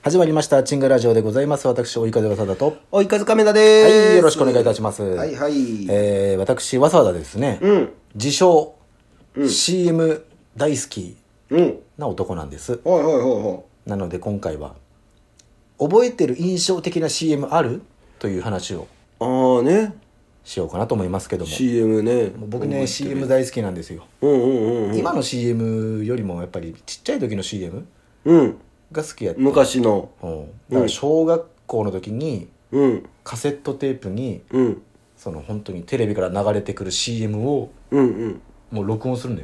始まりましたチンガラジオでございます。私追い風わさだと、 追い風亀田ではーす。 い、よろしくお願いいたします。 はいはい。 私わさわだですね、自称、CM 大好きな男なんです。 はいはいはいはい。 なので今回は覚えてる印象的な CM あるという話をああね。 しようかなと思いますけども、 CM ね。 もう僕ね CM 大好きなんですよ。今の CM よりもやっぱりちっちゃい時の CM が好きやった。 昔の。 だから小学校の時にカセットテープにその本当にテレビから流れてくる CM をもう録音するのよ。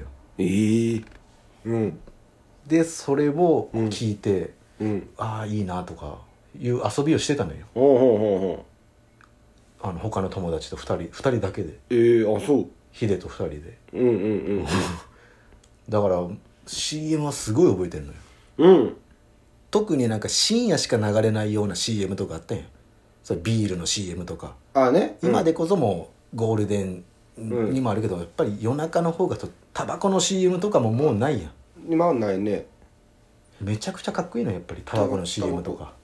でそれを聞いて、ああいいなとかいう遊びをしてたのよ。他の友達と2人だけで。 あ、そう。 ヒデと2人で。だから CM はすごい覚えてんのよ。特になんか深夜しか流れないような CM とかあったんや。それビールの CM とか。今でこそもうゴールデンにもあるけど、やっぱり夜中の方がタバコの CM とかももうないやん。 今はないね。 めちゃくちゃかっこいいのやっぱりタバコの CM とか。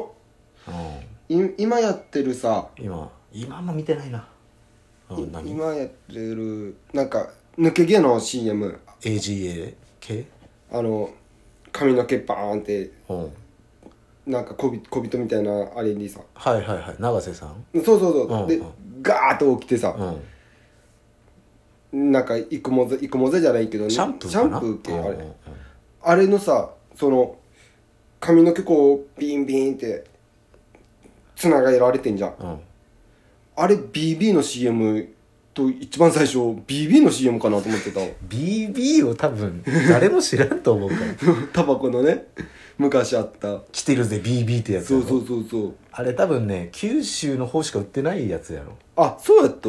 今やってるさ、 今も見てないな。 今やってるなんか抜け毛の CM、 AGA 系、 髪の毛バーンってなんか小人みたいなあれにさ、 はいはいはい、永瀬さん。 そう、でガーッと起きてさ、なんかイクモゼじゃないけど、 シャンプー系あれのさ、その髪の毛こうビンビンってつながられてんじゃん。あれ BB の CM と一番最初 BB の CM かなと思ってた。 BB を多分誰も知らんと思うからタバコのね、昔あった来てるぜ BB ってやつ。 そうあれ多分ね九州の方しか売ってないやつやろ。 あ、そうやった。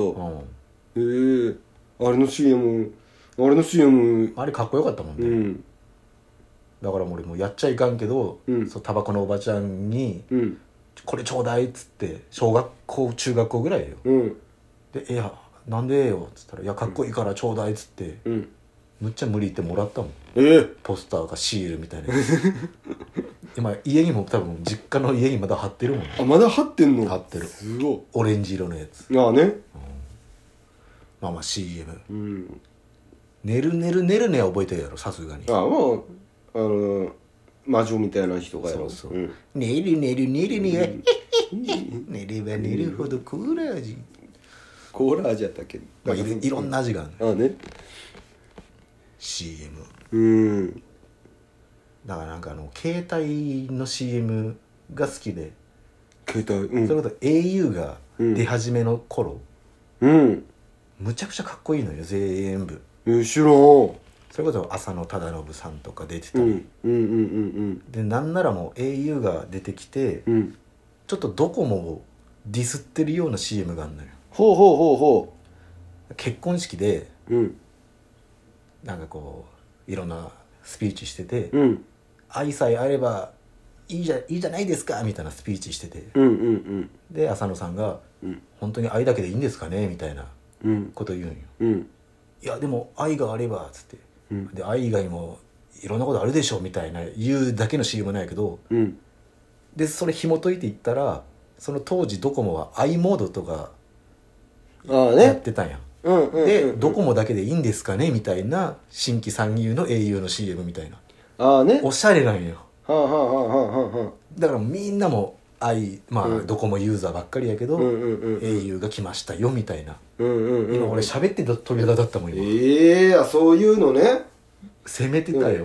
あれの CM あれかっこよかったもんね。だから俺もうやっちゃいかんけど、そうタバコのおばちゃんに、これちょうだいっつって、小学校中学校ぐらいよ、でいやなんでよっつったら、いやかっこいいからちょうだいっつって、むっちゃ無理言ってもらったもん。ポスターがシールみたいな今家にも多分実家の家にまだ貼ってるもんね。 あ、まだ貼ってんの？ 貼ってる。 すごい。 オレンジ色のやつ。 ああね、 まあ CM、ねるねるねるねは覚えてるやろさすがに。 もう魔女みたいな人がやろ。 そう、ねるねるねるね寝れば寝るほどコーラ味。 コーラ味やったっけ？ いろんな味があるの。 ね CM。 だからなんか携帯の CM が好きで、 携帯、 それこそ au が出始めの頃、むちゃくちゃかっこいいのよ全部。 知らん。 それこそ浅野忠信さんとか出てたり、でなんならもう au が出てきて、ちょっとドコモをディスってるような CM があるのよ。 ほう。 結婚式で、なんかこういろんなスピーチしてて、愛さえあればいいじゃないですかみたいなスピーチしてて、で浅野さんが、本当に愛だけでいいんですかねみたいなこと言うんよ。いやでも愛があればっつって、で愛以外もいろんなことあるでしょみたいな言うだけの CM なんやけど、でそれ紐解いていったら、その当時ドコモは i モードとかやってたんや。でドコモだけでいいんですかねみたいな新規参入の au の CM みたいな。おしゃれなんよ。だからみんなもドコモユーザーばっかりやけど、au が来ましたよみたいな。今俺喋って鳥肌だったもん今。 そういうのね。 攻めてたよ。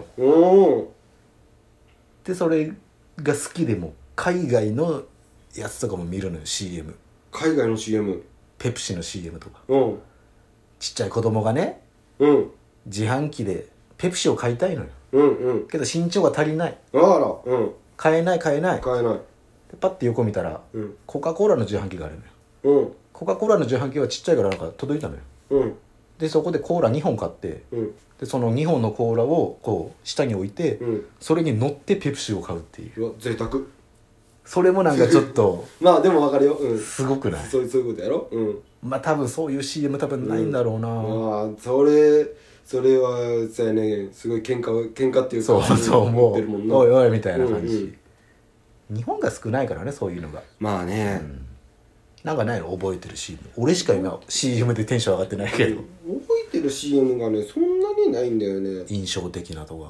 でそれが好きでも海外のやつとかも見るのよ CM。 海外の CM、 ペプシの CM とか。ちっちゃい子供がね、自販機でペプシを買いたいのよ。けど身長が足りない。買えない。でパッて横見たら、コカ・コーラの自販機があるのよ。コカ・コーラの自販機はちっちゃいからなんか届いたのよ。でそこでコーラ2本買って、でその2本のコーラをこう下に置いて、それに乗ってペプシを買うっていう。 贅沢。 それもなんかちょっとまあでも分かるよ。 すごくない？ そういうことやろ。 まあ多分そういう CM 多分ないんだろうな。 それはそうやね、すごい喧嘩っていうか、 そうもうおいおいみたいな感じ。 日本が少ないからねそういうのが。 まあね、 なんかないの覚えてる CM。 俺しか今 CM でテンション上がってないけど、 覚えてる CM がねそんなにないんだよね。 印象的なとか、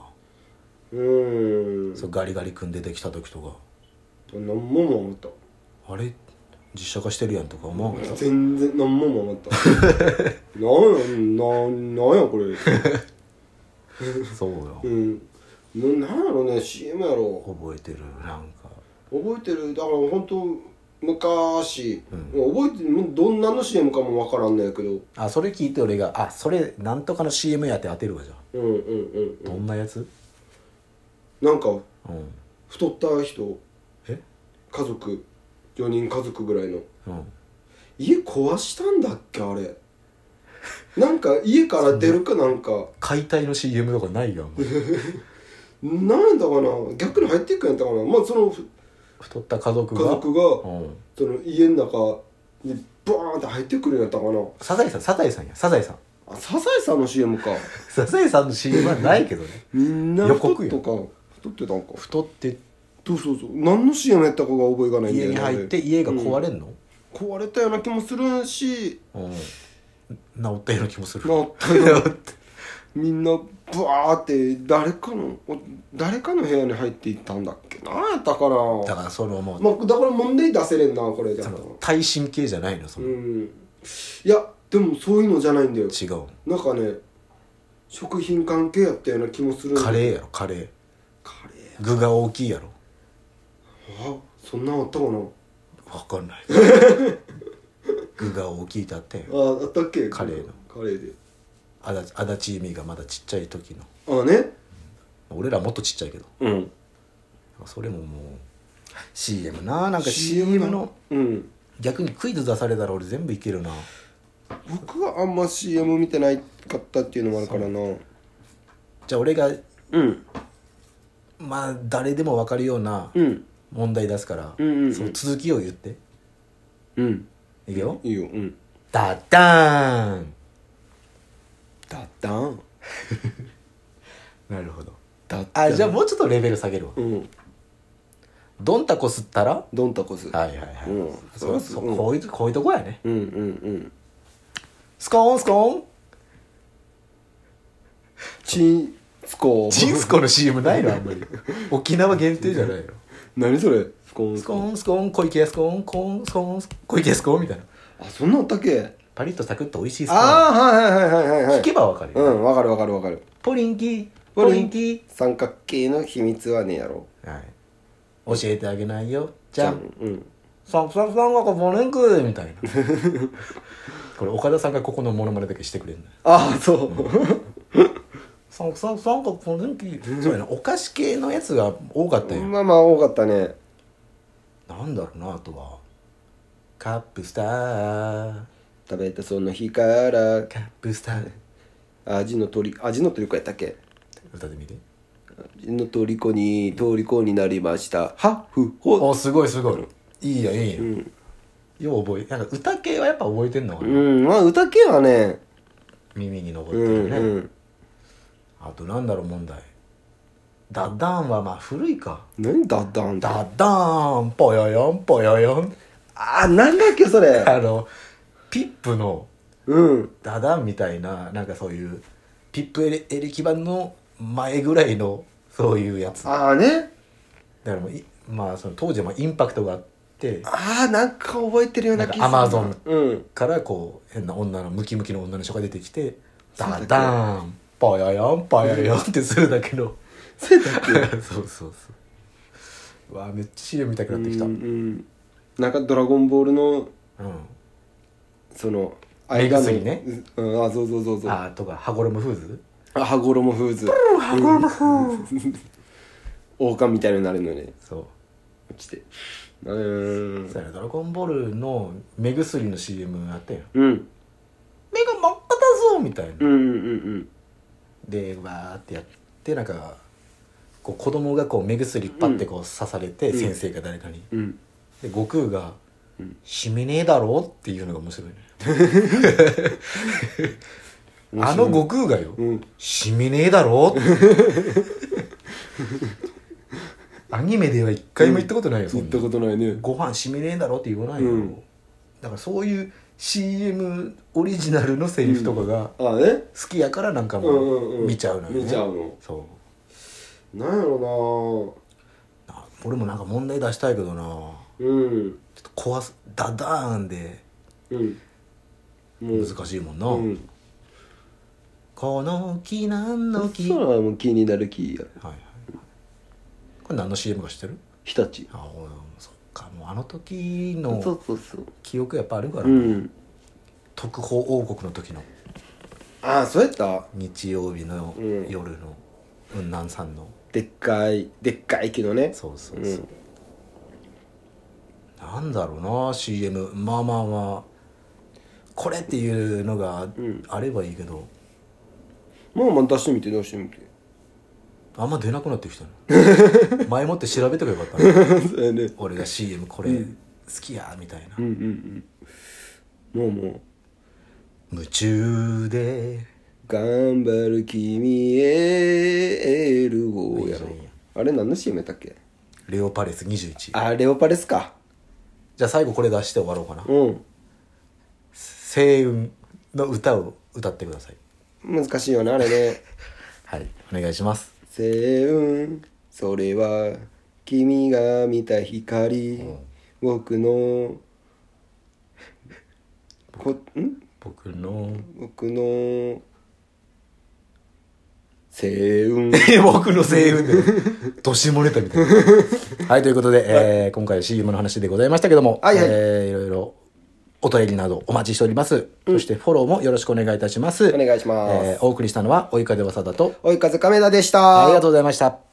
そうガリガリ君出てきた時とか、 何も思った。 あれ実写化してるやんとか思わんかった。 全然何も思ったなんやこれそうよ、 なんやろね CM やろ。 覚えてる。なんか覚えてる。だから本当昔、覚えてる。どんなの CM かもわからんねんけど。 あ、それ聞いて俺がそれなんとかの CM やって当てるわ。じゃあどんなやつ。 なんか、太った人、 え家族4人家族ぐらいの、 うん、 家壊したんだっけあれなんか家から出るかなんか解体の CM とかないよなんだかな、逆に入っていくんやったかな。まあその太った家族がその家の中にバーンって入ってくるんやったかな。 サザエさんや。サザエさん。 あ、サザエさんの CM かサザエさんの CM はないけどねみんな太ってたんか。 太ってそう何の CM やったかが覚えがないんだよね。 家に入って家が壊れんの、 壊れたような気もするし、 治ったような気もする。 治ったよみんなブワーって誰かの部屋に入っていったんだっけ。何やったかな。 だからそのもう、 だから問題出せれんなこれじゃ。 耐震系じゃないのその、 いやでもそういうのじゃないんだよ。 違う。 なんかね食品関係やったような気もするんだ。 カレーやろ。カレー具が大きいやろ。 あ、そんなんあったかな。 分かんない具が大きいってあったよ。 あったっけ。 カレーで足立由美がまだちっちゃい時の。 ね、 俺らもっとちっちゃいけど、それももう CM な。なんか CM の、逆にクイズ出されたら俺全部いけるな。 僕はあんま CM 見てないかったっていうのもあるからな。じゃあ俺がまあ誰でも分かるような問題出すから、その続きを言って。いくよ。 いいよ。 ダッダーンなるほど。じゃあもうちょっとレベル下げるわ。ドンタコ吸ったらドンタコス。 はい。こういうとこやね。スコーンチンスコの CM ないのあんまり沖縄限定じゃないの。 何それ。スコーン小池屋スコーン小池屋スコーンみたいな。 あ、そんなあったっけ。 パリッとサクッと美味しいスコーン。 はい聞けばわかるよ。 わかる。 ポリンキ三角形の秘密はねやろ。 教えてあげないよじゃん。サクサクさんがポリンクみたいなこれ岡田さんがここのモノマネだけしてくれるの。そうサクサクさんがポリンキそうやな。お菓子系のやつが多かったよ。 まあ多かったね。 なんだろうな。あとはカップスター食べたその日からカップスター味の虜やったっけ。 歌ってみて。 味の虜になりましたはふほ。 すごいいいやよう覚え。なんか歌系はやっぱ覚えてんのかな。 まあ歌系はね耳に残ってるね。あとなんだろう問題。ダッダーンはまあ古いか。 何ダッダーンって。 ダッダーンポヨヨンなんだっけそれ。 ピップのダダンみたいな、なんかそういうピップエレキ版の前ぐらいのそういうやつ。 ね。 だからまあその当時はインパクトがあって、 なんか覚えてるような気がする。 アマゾンからこう変なムキムキの女の人が出てきて、ダダーンポヨヨンってするだけの。 そうだっけ。 そうわあめっちゃ CM 見たくなってきた。 なんかドラゴンボールのその目薬ね。 そうとか羽衣フーズ。 羽衣フーズ。王冠みたいになるのね。 そう落ちて。 そうやな。ドラゴンボールの目薬の CM あったよ。目が真っ赤だぞみたいな。でわーってやってなんかこう子供がこう目薬パッてこう刺されて、先生が誰かに。で悟空がしみねえだろっていうのが面白いね。悟空がよ、しみねえだろアニメでは一回も言ったことないよ、 言ったことないね。 ご飯しめねえんだろって言わないよ、だからそういう CM オリジナルのセリフとかが好きやからなんかもう見ちゃうのよね、 見ちゃうの。そうなんやろな。俺もなんか問題出したいけどな、ちょっと壊すダダーンで難しいもんな、この木何の木、 それはもう気になる木や。 はいはい、これ何の CM か知ってる？ 日立。 あ、そっか、もうあの時のそう記憶やっぱあるから、特報王国の時の、 ああそうやった。 日曜日の夜の雲南さんのでっかい木のね。 そう、なんだろうな CM、 まあこれっていうのがあればいいけど、 まあ出してみてあんま出なくなってきたの前もって調べとけばよかったねそうやね。 俺が CM これ好きやみたいな、 もう夢中で頑張る君へエールをやろう。 いいやんあれ何の CM やったっけ？ レオパレス21。 あ、レオパレスか。 じゃあ最後これ出して終わろうかな。星雲の歌を歌ってください。 難しいよなあれねはい、お願いします。 星雲、それは君が見た光、僕の僕の星雲僕の星雲でどしもれたみたいなはい、ということで、今回は CM の話でございましたけども、いろいろお便りなどお待ちしております、そしてフォローもよろしくお願いいたします。 お願いします。 お送りしたのは追い風わさだと追い風亀田でした。 ありがとうございました。